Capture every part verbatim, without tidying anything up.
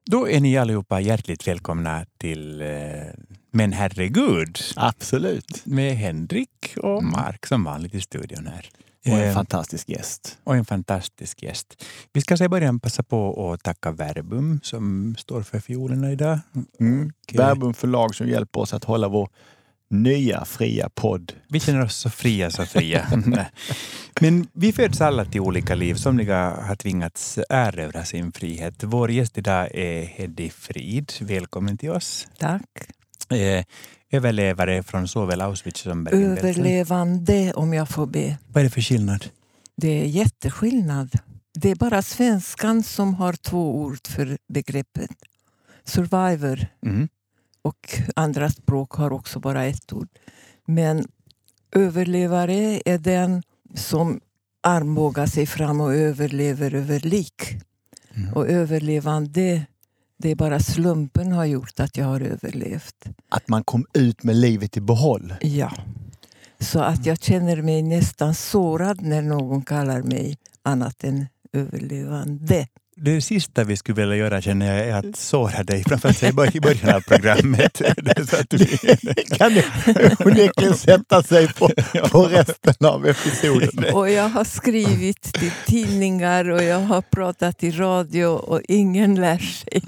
Då är ni allihopa hjärtligt välkomna till eh, Men herregud. Absolut. Med Henrik och Mm. Mark som vanligt i studion här. Och en Eh, fantastisk gäst. och en fantastisk gäst. Vi ska i början passa på att tacka Verbum som står för fiolerna idag. Mm. Och, Verbum förlag som hjälper oss att hålla vår nya fria podd. Vi känner oss så fria, så fria. Men vi föds alla till olika liv. Somliga har tvingats erövra sin frihet. Vår gäst idag är Heddy Frid. Välkommen till oss. Tack. Eh, överlevare från såväl Auschwitz som Bergen-Belsen. Överlevande, om jag får be. Vad är det för skillnad? Det är jätteskillnad. Det är bara svenskan som har två ord för begreppet. Survivor. Mm. Och andra språk har också bara ett ord. Men överlevare är den som armbågar sig fram och överlever över lik. Mm. Och överlevande, det är bara slumpen har gjort att jag har överlevt. Att man kom ut med livet i behåll. Ja. Så att jag känner mig nästan sårad när någon kallar mig annat än överlevande. Det sista vi skulle vilja göra känner jag är att såra dig, framförallt i början av programmet. Så att du... Kan det onekligen sätta sig på, på resten av episoden. Och jag har skrivit till tidningar och jag har pratat i radio och ingen lär sig.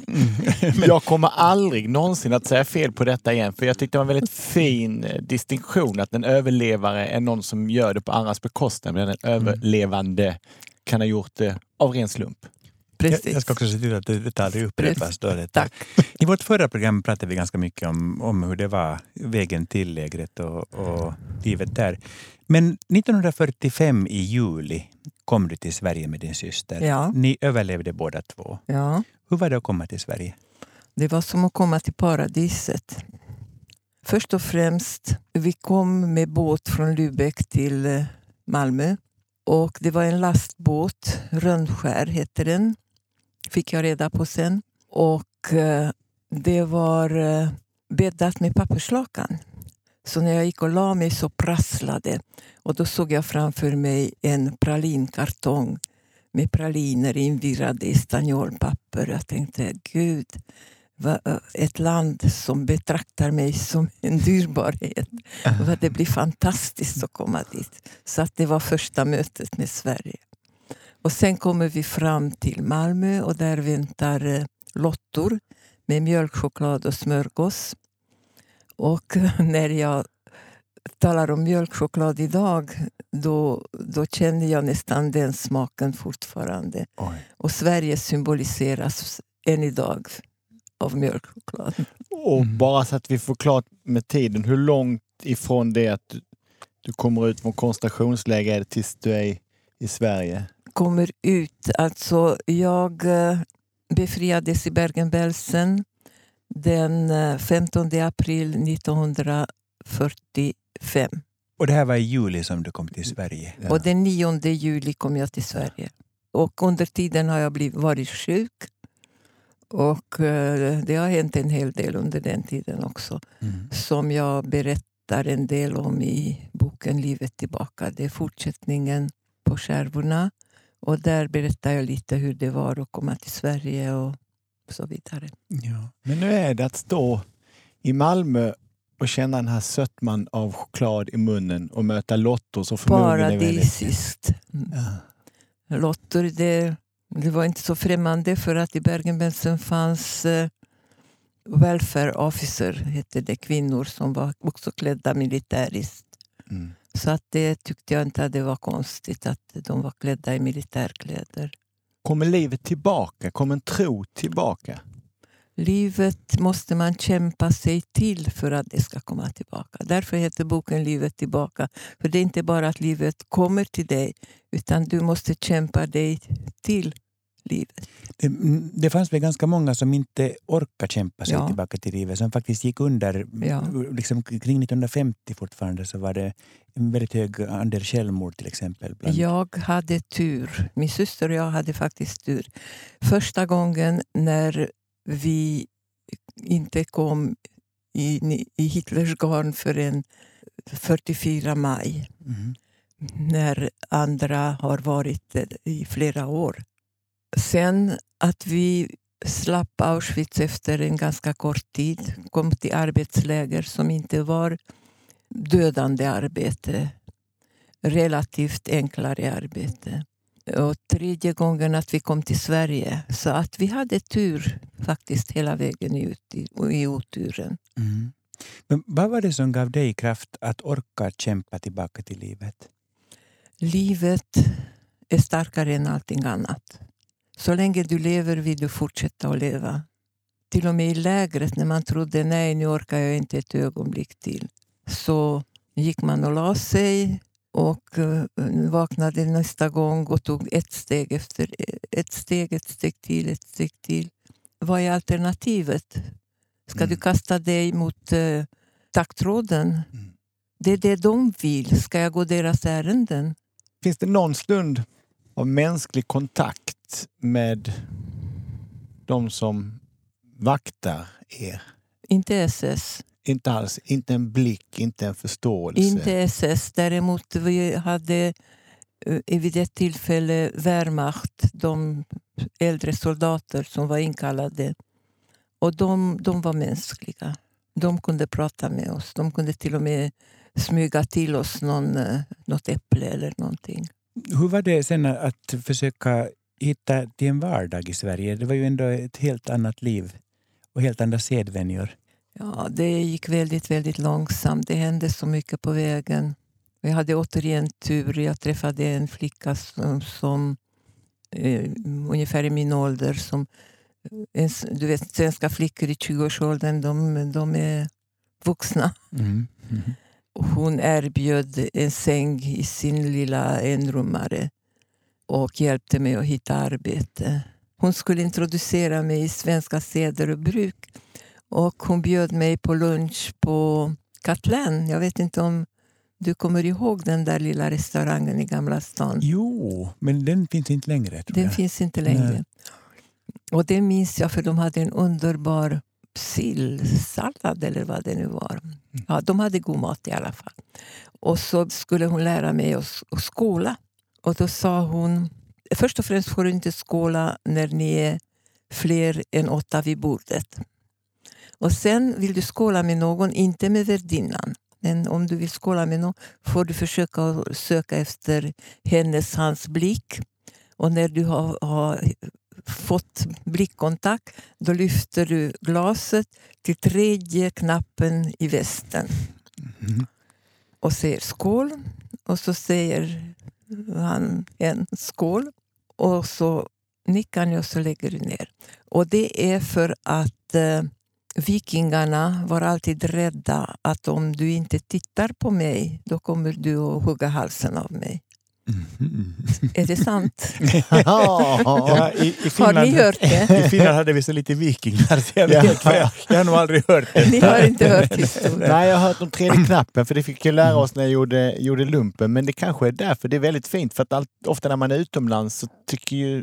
Jag kommer aldrig någonsin att säga fel på detta igen. För jag tyckte det var en väldigt fin distinktion att en överlevare är någon som gör det på andras bekostnad. Men en överlevande kan ha gjort det av ren slump. Precis. Jag, jag ska också se till att det, det aldrig upprepas. Då det. Tack. I vårt förra program pratade vi ganska mycket om, om hur det var vägen till lägret och, och livet där. Men nittonhundrafyrtiofem i juli kom du till Sverige med din syster. Ja. Ni överlevde båda två. Ja, Hur var det att komma till Sverige? det var som att komma till paradiset. Först och främst, vi kom med båt från Lübeck till eh, Malmö. Och det var en lastbåt, Rönnskär heter den. Fick jag reda på sen. Och eh, det var eh, bäddat med papperslakan. Så när jag gick och la mig så prasslade. Och då såg jag framför mig en pralinkartong med praliner invirrade i stanniolpapper. Jag tänkte, gud, vad, ett land som betraktar mig som en dyrbarhet. Vad det blir fantastiskt att komma dit. Så att det var första mötet med Sverige. Och sen kommer vi fram till Malmö och där väntar eh, lottor med mjölkchoklad och smörgås. Och när jag talar om mjölkchoklad idag då, då känner jag nästan den smaken fortfarande. Oj. Och Sverige symboliseras än idag av mjölkchoklad. Och bara så att vi får klart med tiden, hur långt ifrån det att du, du kommer ut från koncentrationsläger är det tills du är i, i Sverige? Kommer ut, alltså jag eh, befriades i Bergen-Belsen den eh, femtonde april nittonhundrafyrtiofem. Och det här var i juli som du kom till Sverige. Ja. Och den nionde juli kom jag till Sverige. Och under tiden har jag blivit, varit sjuk. Och eh, det har hänt en hel del under den tiden också. Mm. Som jag berättar en del om i boken Livet tillbaka. Det är fortsättningen på skärvorna. Och där berättar jag lite hur det var att komma till Sverige och så vidare. Ja. Men nu är det att stå i Malmö och känna den här sötman av choklad i munnen och möta lottor som förmodligen är väldigt... Paradisiskt. Mm. Ja. Lottor, det, det var inte så främmande för att i Bergen-Belsen fanns eh, welfare officer, hette det, kvinnor som var också klädda militäriskt. Mm. Så att det tyckte jag inte att det var konstigt att de var klädda i militärkläder. Kommer livet tillbaka? Kommer en tro tillbaka? Livet måste man kämpa sig till för att det ska komma tillbaka. Därför heter boken Livet tillbaka. För det är inte bara att livet kommer till dig, utan du måste kämpa dig till livet. Det, det fanns väl ganska många som inte orkar kämpa sig Ja. tillbaka till livet. Som faktiskt gick under, Ja. liksom kring nittonhundrafemtio fortfarande så var det en väldigt hög andel självmord till exempel. Bland... Jag hade tur. Min syster och jag hade faktiskt tur. Första gången när vi inte kom in i Hitlers garn förrän fyrtiofyra maj. Mm. När andra har varit i flera år. Sen att vi slapp Auschwitz efter en ganska kort tid. Kom till arbetsläger som inte var dödande arbete. Relativt enklare arbete. Och tredje gången att vi kom till Sverige. Så att vi hade tur faktiskt hela vägen ut i, i oturen. Mm. Men vad var det som gav dig kraft att orka kämpa tillbaka till livet? Livet är starkare än allting annat. Så länge du lever vill du fortsätta att leva. Till och med i lägret när man trodde nej, nu orkar jag inte ett ögonblick till. Så gick man och la sig och uh, vaknade nästa gång och tog ett steg efter ett steg, ett steg till, ett steg till. Vad är alternativet? Ska mm. du kasta dig mot uh, taggtråden? Mm. Det är det de vill. Ska jag gå deras ärenden? Finns det någon stund av mänsklig kontakt med de som vaktar er? Inte S S. Inte alls. Inte en blick, inte en förståelse. Inte S S. Däremot vi hade vid ett tillfälle Wehrmacht, de äldre soldater som var inkallade. Och de, de var mänskliga. De kunde prata med oss. De kunde till och med smyga till oss någon, något äpple eller någonting. Hur var det sen att försöka hitta till en vardag i Sverige? Det var ju ändå ett helt annat liv och helt andra sedvänjor. Ja, det gick väldigt, väldigt långsamt. Det hände så mycket på vägen. Jag hade återigen tur. Jag träffade en flicka som, som eh, ungefär i min ålder. Som, en, du vet, svenska flickor i tjugoårsåldern, de, de är vuxna. Mm. Mm. Hon erbjöd en säng i sin lilla enrummare och hjälpte mig att hitta arbete. Hon skulle introducera mig i svenska seder och bruk. Och hon bjöd mig på lunch på Katlen. Jag vet inte om du kommer ihåg den där lilla restaurangen i Gamla stan. Jo, men den finns inte längre. Tror den jag. finns inte längre. Nej. Och det minns jag för de hade en underbar sillsallad eller vad det nu var. Ja, de hade god mat i alla fall. Och så skulle hon lära mig att, att skåla. Och då sa hon, först och främst får du inte skåla när ni är fler än åtta vid bordet. Och sen vill du skåla med någon, inte med värdinnan. Men om du vill skåla med någon får du försöka söka efter hennes, hans blick. Och när du har, har fått blickkontakt, då lyfter du glaset till tredje knappen i västen. Mm. Och säger skål. Och så säger han en skål. Och så nickar ni och så lägger du ner. Och det är för att eh, vikingarna var alltid rädda att om du inte tittar på mig, då kommer du att hugga halsen av mig. Mm. Är det sant? Ja, i, i Finland, har ni hört det? I Finland hade vi så lite vikingar så jag vet ja. jag, jag har nog aldrig hört det. Ni har inte hört historien. Nej, jag har hört om tredje knappen för det fick jag lära oss när jag gjorde, gjorde lumpen. Men det kanske är därför det är väldigt fint för att allt, ofta när man är utomlands så tycker ju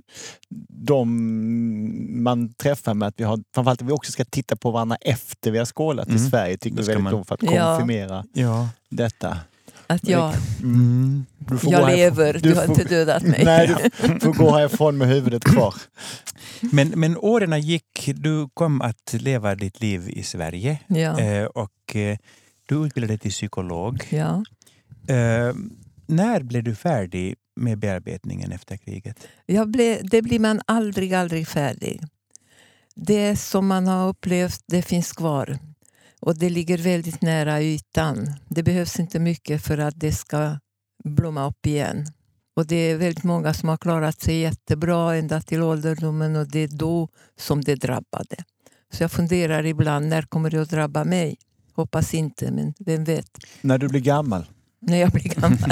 de man träffar med att vi har, framförallt att vi också ska titta på varandra efter vi har skålat mm. i Sverige tycker jag väldigt man... om för att konfirmera ja. detta. Att jag, mm. jag lever, du, du har får, inte dödat mig. Nej, du får gå härifrån med huvudet kvar. Men, men åren gick, du kom att leva ditt liv i Sverige. Ja. Eh, och eh, du utbildade dig till psykolog. Ja. Eh, när blev du färdig med bearbetningen efter kriget? Jag blev, det blir man aldrig, aldrig färdig. Det som man har upplevt, det finns kvar. Och det ligger väldigt nära ytan. Det behövs inte mycket för att det ska blomma upp igen. Och det är väldigt många som har klarat sig jättebra ända till ålderdomen och det är då som det drabbade. Så jag funderar ibland, när kommer det att drabba mig? Hoppas inte, men vem vet. När du blir gammal. När jag blir gammal.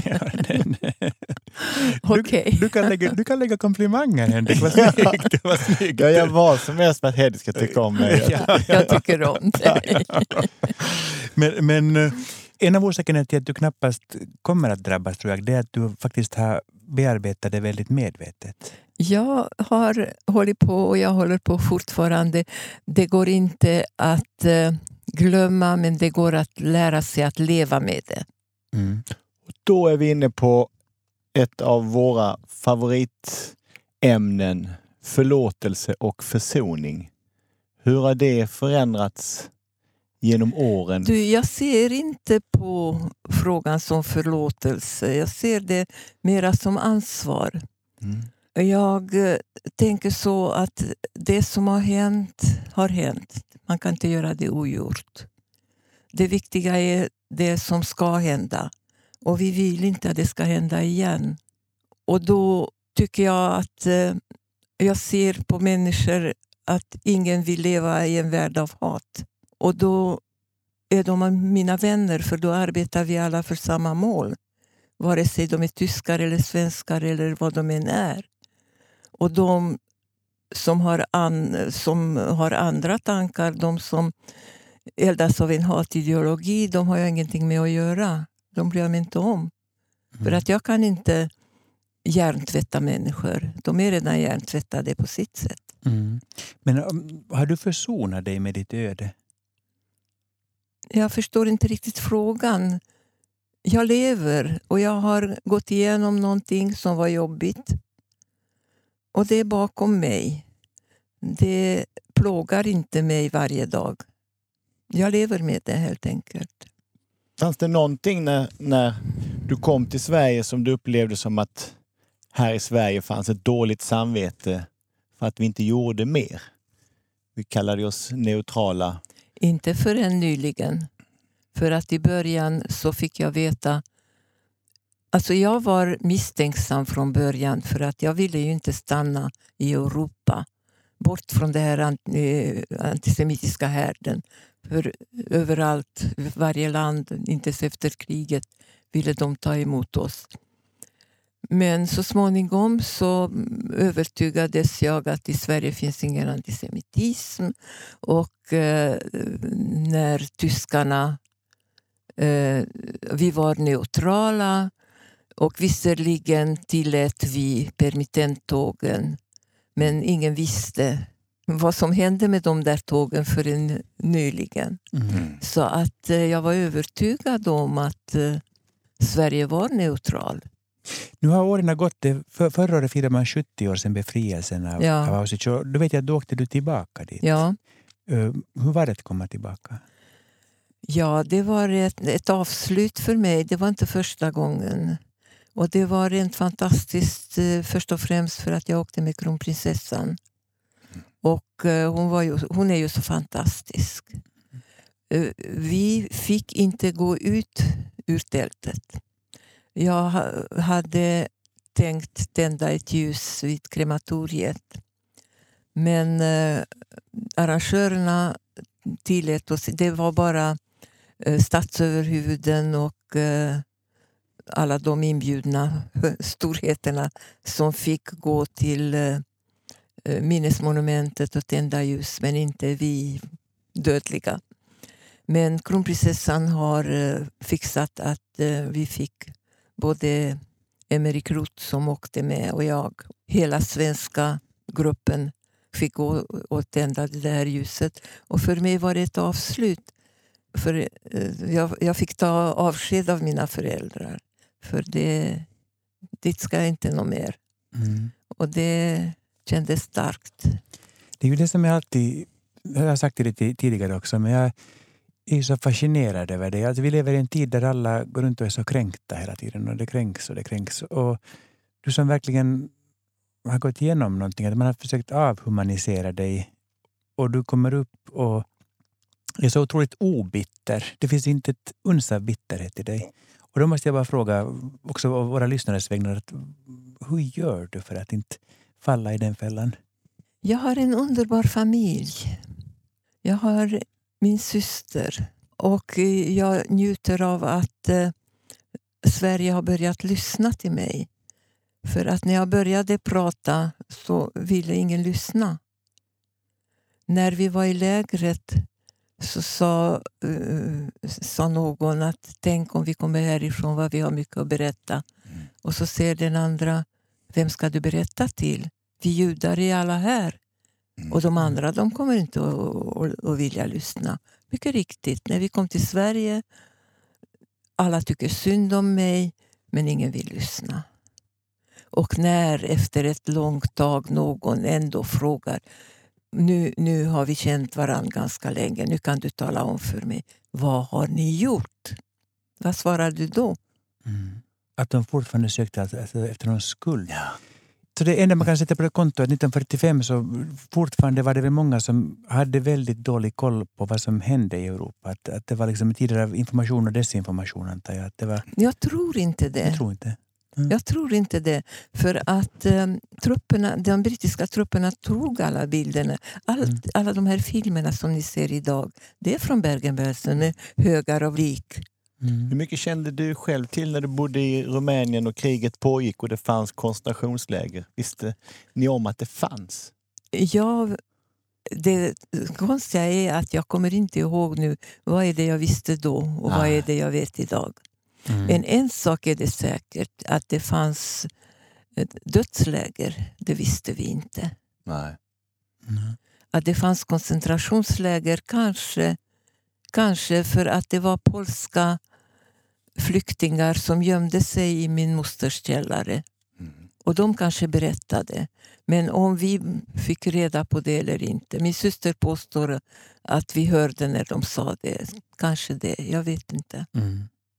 Okej. Du, du, kan lägga, du kan lägga komplimanger, Henrik. Vad snyggt. Det var snyggt. Ja, jag var som mest för att Henrik ska tycka om mig. Ja, jag tycker om det. men, men en av orsakerna till att du knappast kommer att drabbas tror jag, det är att du faktiskt har bearbetat det väldigt medvetet. Jag har hållit på och jag håller på fortfarande. Det går inte att glömma, men det går att lära sig att leva med det. Mm. Och då är vi inne på ett av våra favoritämnen förlåtelse och försoning. Hur har det förändrats genom åren? Du, jag ser inte på frågan som förlåtelse. Jag ser det mera som ansvar. Mm. Jag eh, tänker så att det som har hänt har hänt. Man kan inte göra det ogjort. Det viktiga är det som ska hända. Och vi vill inte att det ska hända igen. Och då tycker jag att eh, jag ser på människor att ingen vill leva i en värld av hat. Och då är de mina vänner, för då arbetar vi alla för samma mål. Vare sig de är tyskar eller svenskar eller vad de än är. Och de som har, an, som har andra tankar, de som eldas av en hatideologi, de har jag ingenting med att göra. De bryr mig inte om. Mm. För att jag kan inte hjärntvätta människor. De är redan hjärntvättade på sitt sätt. Mm. Men um, har du försonat dig med ditt öde? Jag förstår inte riktigt frågan. Jag lever och jag har gått igenom någonting som var jobbigt. Och det är bakom mig. Det plågar inte mig varje dag. Jag lever med det helt enkelt. Fanns det någonting när, när du kom till Sverige som du upplevde som att här i Sverige fanns ett dåligt samvete för att vi inte gjorde mer? Vi kallade oss neutrala. Inte förrän nyligen. För att i början så fick jag veta... Alltså jag var misstänksam från början för att jag ville ju inte stanna i Europa. Bort från det här antisemitiska härden. För överallt, varje land, inte ens efter kriget, ville de ta emot oss. Men så småningom så övertygades jag att i Sverige finns ingen antisemitism. Och eh, när tyskarna... Eh, vi var neutrala. Och visserligen tillät vi permittenttågen. Men ingen visste vad som hände med de där tågen förrän nyligen. Mm. Så att eh, jag var övertygad om att eh, Sverige var neutral. Nu har åren gått. För, förra året firade man sjuttio år sedan befrielsen av, ja. av Auschwitz. Du vet att då åkte du tillbaka dit. Ja. Uh, hur var det att komma tillbaka? Ja, det var ett, ett avslut för mig. Det var inte första gången. Och det var rent fantastiskt eh, först och främst för att jag åkte med kronprinsessan. Och eh, hon, var ju, hon är ju så fantastisk. Eh, vi fick inte gå ut ur tältet. Jag ha, hade tänkt tända ett ljus vid krematoriet. Men eh, arrangörerna tillät oss. Det var bara eh, statsöverhuvuden och eh, alla de inbjudna storheterna som fick gå till eh, minnesmonumentet och tända ljus, men inte vi dödliga. Men kronprinsessan har eh, fixat att eh, vi fick både Emery Krut som åkte med och jag. Hela svenska gruppen fick gå och tända det här ljuset. Och för mig var det ett avslut. För eh, jag, jag fick ta avsked av mina föräldrar. För det, det ska inte nå mer. Mm. Och det kändes starkt. Det är ju det som jag alltid, jag har sagt det tidigare också, men jag är så fascinerad över det. Alltså vi lever i en tid där alla går runt och är så kränkta hela tiden. Och det kränks och det kränks. Och du som verkligen har gått igenom någonting, att man har försökt avhumanisera dig. Och du kommer upp och är så otroligt obitter. Det finns inte ett uns av bitterhet i dig. Och då måste jag bara fråga, också våra lyssnares vägnar, att hur gör du för att inte falla i den fällan? Jag har en underbar familj. Jag har min syster. Och jag njuter av att eh, Sverige har börjat lyssna till mig. För att när jag började prata så ville ingen lyssna. När vi var i lägret så sa, uh, sa någon att tänk om vi kommer härifrån, vad vi har mycket att berätta. Mm. Och så säger den andra, vem ska du berätta till? Vi judar är alla här. Mm. Och de andra, de kommer inte att, att, att vilja lyssna. Mycket riktigt, när vi kom till Sverige, alla tycker synd om mig, men ingen vill lyssna. Och när efter ett långt tag någon ändå frågar, nu, nu har vi känt varandra ganska länge, nu kan du tala om för mig, vad har ni gjort? Vad svarar du då? Mm. Att de fortfarande sökte alltså, efter någon skuld. Ja. Så det enda man kan sätta på det kontot att nittonhundrafyrtiofem så fortfarande var det väl många som hade väldigt dålig koll på vad som hände i Europa. Att, att det var liksom tider av information och desinformation, antar jag. Att det var, Jag tror inte det. jag tror inte. Mm. Jag tror inte det. För att um, trupperna, de brittiska trupperna tog alla bilderna. Allt, mm. Alla de här filmerna som ni ser idag, det är från Bergen-Belsen, högar av lik. Mm. Hur mycket kände du själv till när du bodde i Rumänien och kriget pågick och det fanns koncentrationsläger? Visste ni om att det fanns? Ja, det konstiga är att jag kommer inte ihåg nu vad är det jag visste då och ah. vad är det jag vet idag. Mm. Men en sak är det säkert, att det fanns ett dödsläger, det visste vi inte. Nej. Mm. Att det fanns koncentrationsläger, kanske, kanske för att det var polska flyktingar som gömde sig i min mosters källare. Mm. Och de kanske berättade. Men om vi fick reda på det eller inte. Min syster påstår att vi hörde när de sa det. Kanske det, jag vet inte. Mm.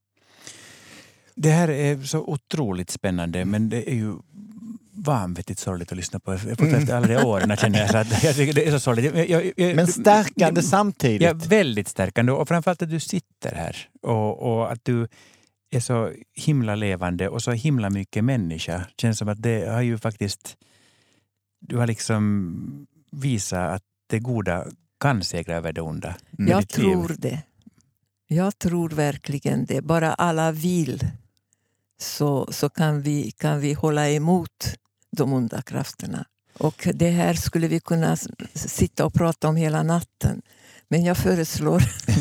Det här är så otroligt spännande, men det är ju vanvettigt sorgligt att lyssna på. Efter alla de åren känner jag att jag tycker det är så sorgligt. Jag, jag, jag, men stärkande jag, samtidigt. Ja, väldigt stärkande. Och framförallt att du sitter här och, och att du är så himla levande och så himla mycket människa. Känns som att det har ju faktiskt, du har liksom visat att det goda kan segra över det onda. Jag tror liv. det. Jag tror verkligen det. Bara alla vill så, så kan, vi, kan vi hålla emot de onda krafterna. Och det här skulle vi kunna sitta och prata om hela natten. Men jag föreslår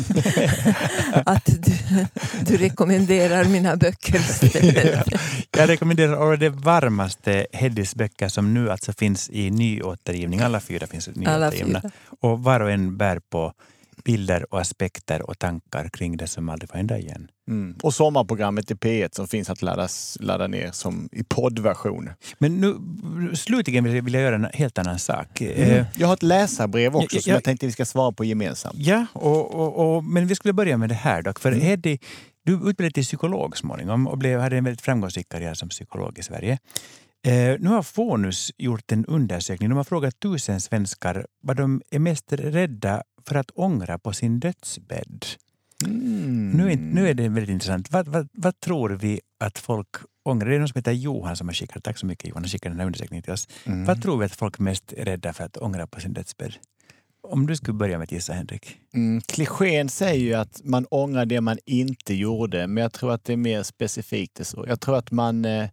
att du, du rekommenderar mina böcker istället. Jag rekommenderar det varmaste Heddys böcker som nu alltså finns i nyåtergivning. Alla fyra finns i nyåtergivna. Och var och en bär på bilder och aspekter och tankar kring det som aldrig får hända igen. Mm. Och sommarprogrammet i P ett som finns att laddas, ladda ner som i poddversion. Men nu slutligen vill jag göra en helt annan sak. Mm. Jag har ett läsarbrev också ja, som jag, jag tänkte vi ska svara på gemensamt. Ja, och, och, och, men vi skulle börja med det här dock. För mm. Heddy, du utbildade till psykolog småningom och blev, hade en väldigt framgångsrik karriär som psykolog i Sverige. Eh, nu har Fonus gjort en undersökning. De har frågat tusen svenskar vad de är mest rädda för att ångra på sin dödsbädd. Mm. Nu, är, nu är det väldigt intressant. Vad, vad, vad tror vi att folk ångrar? Det är någon som heter Johan som har skickat. Tack så mycket Johan, har skickat den här undersökningen till oss. Mm. Vad tror vi att folk är mest rädda för att ångra på sin dödsbädd? Om du skulle börja med att gissa, Henrik. Mm, klichén säger ju att man ångrar det man inte gjorde. Men jag tror att det är mer specifikt så. Jag tror att man... Eh,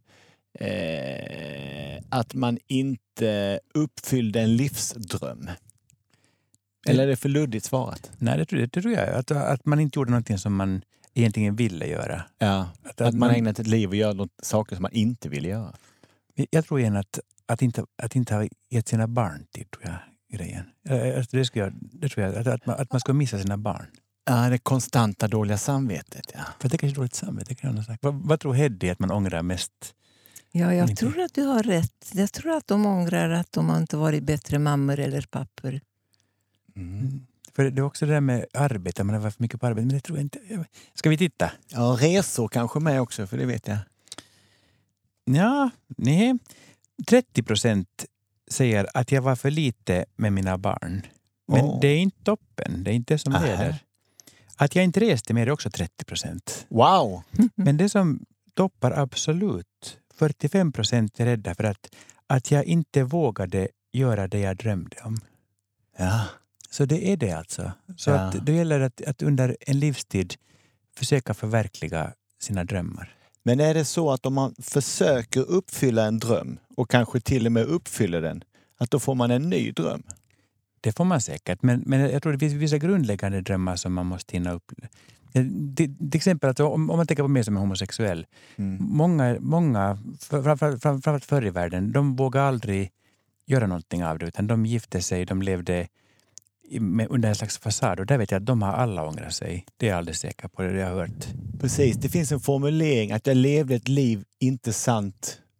Eh, att man inte uppfyllde en livsdröm. Eller är det för luddigt svarat? Nej, det tror, det tror jag. Att, att man inte gjorde någonting som man egentligen ville göra. Ja, att, att, att man, man ägnat ett liv och gör något, saker som man inte vill göra. Jag tror igen att, att, inte, att inte ha gett sina barn till, tror jag, grejen. Det, ska jag, det tror jag, att, att, man, att man ska missa sina barn. Ja, det konstanta dåliga samvetet. Ja. För det är kanske dåligt samvete. Kan jag säga. Vad, vad tror Heddy att man ångrar mest? Ja, jag tror att du har rätt. Jag tror att de ångrar att de inte varit bättre mammor eller pappor. Mm. För det är också det där med arbete. Man har varit för mycket på arbete, men det tror jag inte. Ska vi titta? Ja, resor kanske med också, för det vet jag. Ja, nej. trettio procent säger att jag var för lite med mina barn. Men oh. det är inte toppen. Det är inte det som leder. Att jag inte reste med är också trettio procent. Wow! Men det som toppar absolut, fyrtiofem procent är rädda för att, att jag inte vågade göra det jag drömde om. Ja. Så det är det alltså. Så ja. att det gäller att, att under en livstid försöka förverkliga sina drömmar. Men är det så att om man försöker uppfylla en dröm och kanske till och med uppfyller den, att då får man en ny dröm? Det får man säkert. Men, men jag tror det finns vissa grundläggande drömmar som man måste hinna upp. Till, till exempel att om, om man tänker på mig som är homosexuell. Mm. Många, många framförallt fram, fram, förr i världen, de vågade aldrig göra någonting av det. Utan de gifte sig, de levde med, under en slags fasad. Och där vet jag att de har alla ångrat sig. Det är jag alldeles säker på, det jag har hört. Precis, det finns en formulering att jag levde ett liv inte sant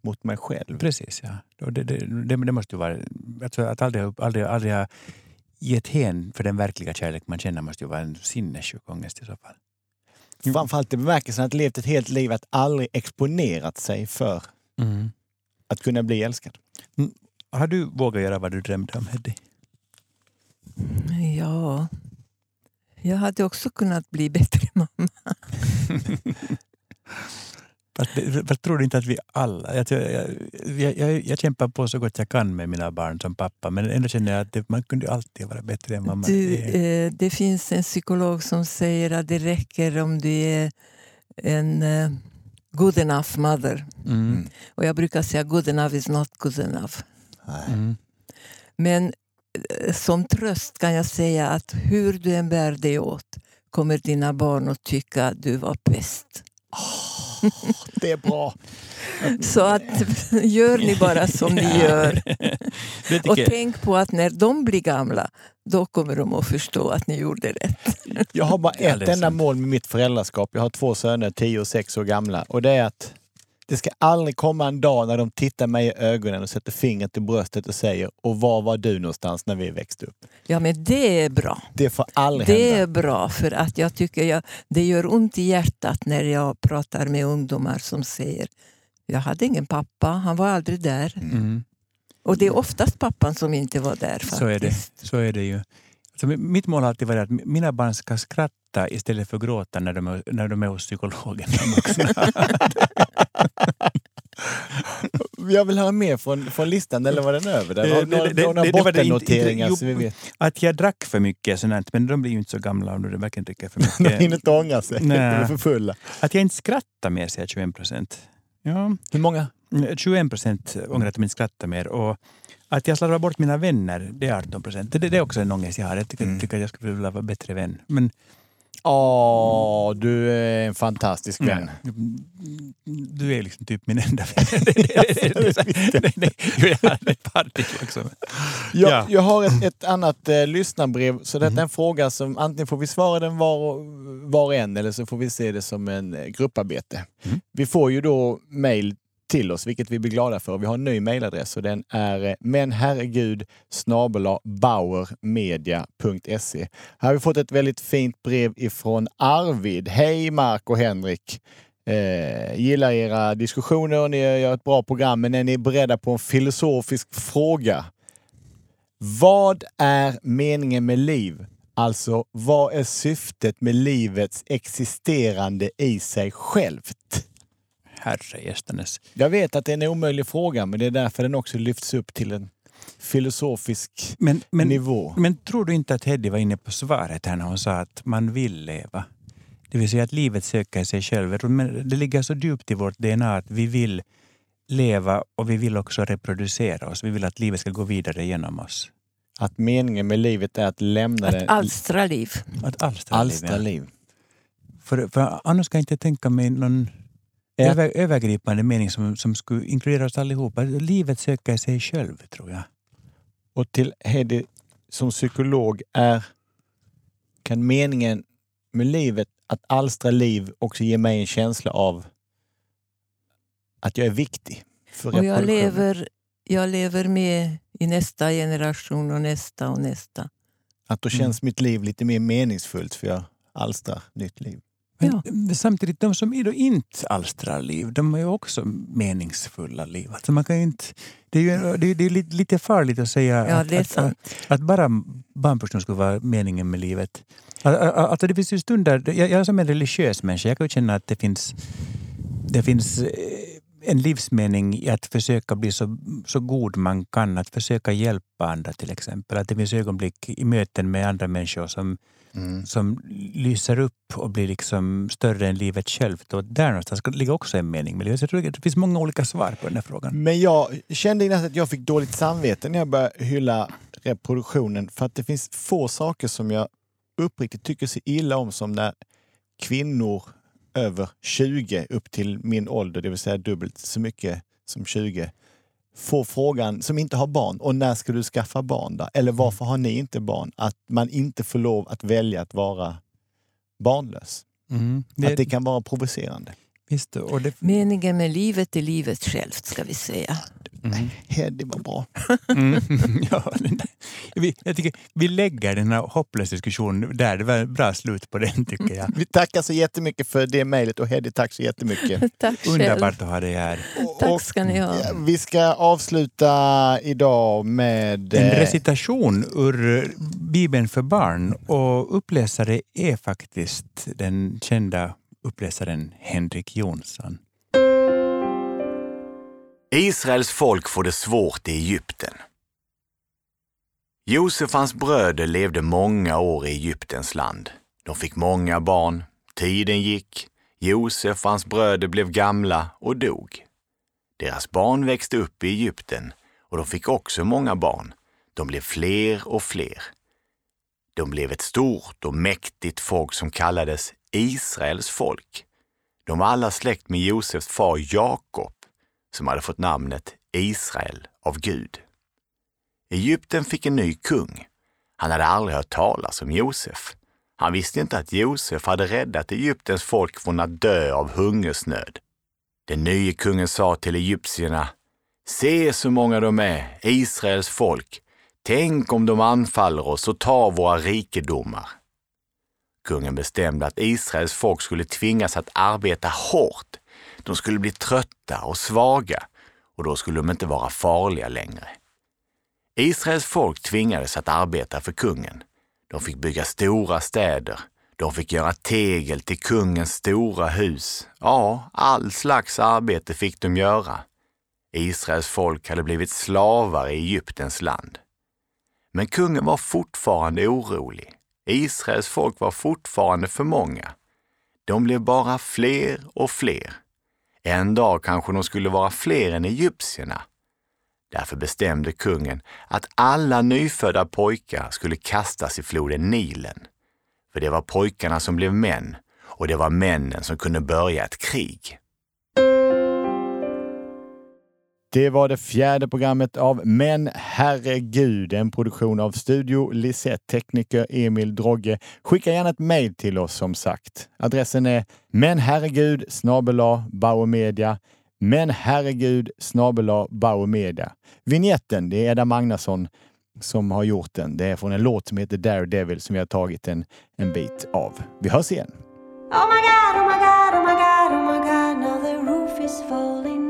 mot mig själv. Precis, ja. Och det, det, det, det måste ju vara... Jag tror att aldrig, aldrig, aldrig ha gett hen för den verkliga kärlek man känner måste ju vara en sinnessjuk ångest i så fall. Framförallt i bemärkelsen att levt ett helt liv att aldrig exponerat sig för Mm. att kunna bli älskad. Mm. Har du vågat göra vad du drömde om, Heddy? Ja, jag hade också kunnat bli bättre mamma. Fast, fast tror du inte att vi alla... Jag, jag, jag, jag, jag kämpar på så gott jag kan med mina barn som pappa, men ändå känner jag att det, man kunde alltid vara bättre än mamma. Du, eh, det finns en psykolog som säger att det räcker om du är en eh, good enough mother. Mm. Och jag brukar säga good enough is not good enough. Mm. Men eh, som tröst kan jag säga att hur du än bär dig åt kommer dina barn att tycka att du var bäst. Oh, det är bra. Så att gör ni bara som ni gör. Och tänk på att när de blir gamla, då kommer de att förstå att ni gjorde rätt. Jag har bara ett Ja, enda mål med mitt föräldraskap. Jag har två söner, tio och sex år gamla. Och det är att det ska aldrig komma en dag när de tittar mig i ögonen och sätter fingret i bröstet och säger och var var du någonstans när vi växte upp? Ja, men det är bra. Det får aldrig Det hända. är bra för att jag tycker jag, det gör ont i hjärtat när jag pratar med ungdomar som säger jag hade ingen pappa, han var aldrig där. Mm. Och det är oftast pappan som inte var där faktiskt. Så är det, så är det ju. Alltså, mitt mål har alltid varit att mina barn ska skratta istället för gråta när de är, när de är hos psykologen. Jag vill höra mer från, från listan, eller var den över? Där? Har några, Det- det- några det- det var det inte- bottennoteringar jo, så vi vet. Att jag drack för mycket sånt, men de blir ju inte så gamla om de verkligen dricker för De hinner mycket. inte ångra sig. De Nej. är för fulla. Att jag inte skrattar mer, säger tjugoen procent. Ja, Hur många? tjugoen procent ångrar att de inte skrattar mer. Och att jag slarvar bort mina vänner, det är arton procent. Det, det är också en ångest jag har. Jag tycker, Mm. tycker att jag skulle vilja vara bättre vän. Men Åh, du är en fantastisk vän. du är liksom typ min enda vän. Nej, nej, jag har ett par till också. Jag, Ja. jag har ett, ett annat eh, lyssnarbrev, så detta är en fråga som antingen får vi svara den var och, var och en eller så får vi se det som en eh, grupparbete. Mm. Vi får ju då mejl till oss, vilket vi blir glada för. Vi har en ny mejladress och den är eh, menherregud snabel-a bauermedia punkt se. Här har vi fått ett väldigt fint brev ifrån Arvid. Hej Mark och Henrik! Eh, gillar era diskussioner och ni gör ett bra program, men är ni beredda på en filosofisk fråga? Vad är meningen med liv? Alltså, vad är syftet med livets existerande i sig självt? Herre gästanes. Jag vet att det är en omöjlig fråga, men det är därför den också lyfts upp till en filosofisk Men, men, nivå. men tror du inte att Heddy var inne på svaret här när hon sa att man vill leva? Det vill säga att livet söker sig själv. Jag tror, men det ligger så djupt i vårt D N A att vi vill leva och vi vill också reproducera oss. Vi vill att livet ska gå vidare genom oss. Att meningen med livet är att lämna Att det... alstra liv. Att alstra, alstra liv. liv. Ja. För, för annars kan jag inte tänka mig någon Ja. över, övergripande mening som, som skulle inkludera oss allihopa. Livet söker sig själv, tror jag. Och till Heddy som psykolog är... Kan meningen med livet att alstra liv också ge mig en känsla av att jag är viktig för Och jag reproduktion? lever, jag lever med i nästa generation och nästa och nästa. Att då känns mitt liv lite mer meningsfullt för jag alstrar nytt liv. Ja. Men samtidigt, de som är då inte alstrar liv, de är ju också meningsfulla liv. Alltså man kan ju inte, det är ju det är, det är lite, lite farligt att säga Ja, att, det är att, sant. att, att bara barnpersoner skulle vara meningen med livet. Alltså det finns ju stunder, jag, jag är som en religiös människa, jag kan ju känna att det finns, det finns eh, en livsmening i att försöka bli så, så god man kan, att försöka hjälpa andra till exempel. Att det finns ögonblick i möten med andra människor som Mm. som lyser upp och blir liksom större än livet självt. Och där någonstans ska det ligga också en mening med livet. Så jag tror att det finns många olika svar på den här frågan. Men jag kände innan att jag fick dåligt samvete när jag började hylla reproduktionen. För att det finns få saker som jag uppriktigt tycker så illa om som när kvinnor över tjugo upp till min ålder, det vill säga dubbelt så mycket som tjugo, får frågan som inte har barn. Och när ska du skaffa barn då? Eller varför har ni inte barn? Att man inte får lov att välja att vara barnlös. Mm. Att det kan vara provocerande. Visst, och det... Meningen med livet är livet självt, ska vi säga. Mm. Det var bra. Mm. Ja, vi, jag tycker vi lägger den här hopplösa diskussionen där. Det var en bra slut på den, tycker jag. Vi tackar så jättemycket för det mejlet och Heddy, tack så jättemycket. Tack själv. Underbart att ha dig här. Tack ska ni ha. Och vi ska avsluta idag med... En recitation ur Bibeln för barn, och uppläsare är faktiskt den kända uppläsaren Henrik Jonsson. Israels folk får det svårt i Egypten. Josef och hans bröder levde många år i Egyptens land. De fick många barn. Tiden gick. Josef och hans bröder blev gamla och dog. Deras barn växte upp i Egypten och de fick också många barn. De blev fler och fler. De blev ett stort och mäktigt folk som kallades Israels folk. De var alla släkt med Josefs far Jakob, som hade fått namnet Israel av Gud. Egypten fick en ny kung. Han hade aldrig hört talas om Josef. Han visste inte att Josef hade räddat Egyptens folk från att dö av hungersnöd. Den nya kungen sa till egyptierna: se så många de är, Israels folk. Tänk om de anfaller oss och tar våra rikedomar. Kungen bestämde att Israels folk skulle tvingas att arbeta hårt. De skulle bli trötta och svaga, och då skulle de inte vara farliga längre. Israels folk tvingades att arbeta för kungen. De fick bygga stora städer. De fick göra tegel till kungens stora hus. Ja, all slags arbete fick de göra. Israels folk hade blivit slavar i Egyptens land. Men kungen var fortfarande orolig. Israels folk var fortfarande för många. De blev bara fler och fler. En dag kanske de skulle vara fler än egyptierna. Därför bestämde kungen att alla nyfödda pojkar skulle kastas i floden Nilen. För det var pojkarna som blev män, och det var männen som kunde börja ett krig. Det var det fjärde programmet av Men herregud, en produktion av Studio Lisette, tekniker Emil Drogge. Skicka gärna ett mejl till oss som sagt. Adressen är menherregud snabel-a bauermedia. menherregud snabel-a bauermedia. Vignetten, det är Edda Magnusson som har gjort den. Det är från en låt som heter Daredevil som vi har tagit en, en bit av. Vi hörs igen. Oh my God, oh my God, oh my God, oh my God, now the roof is falling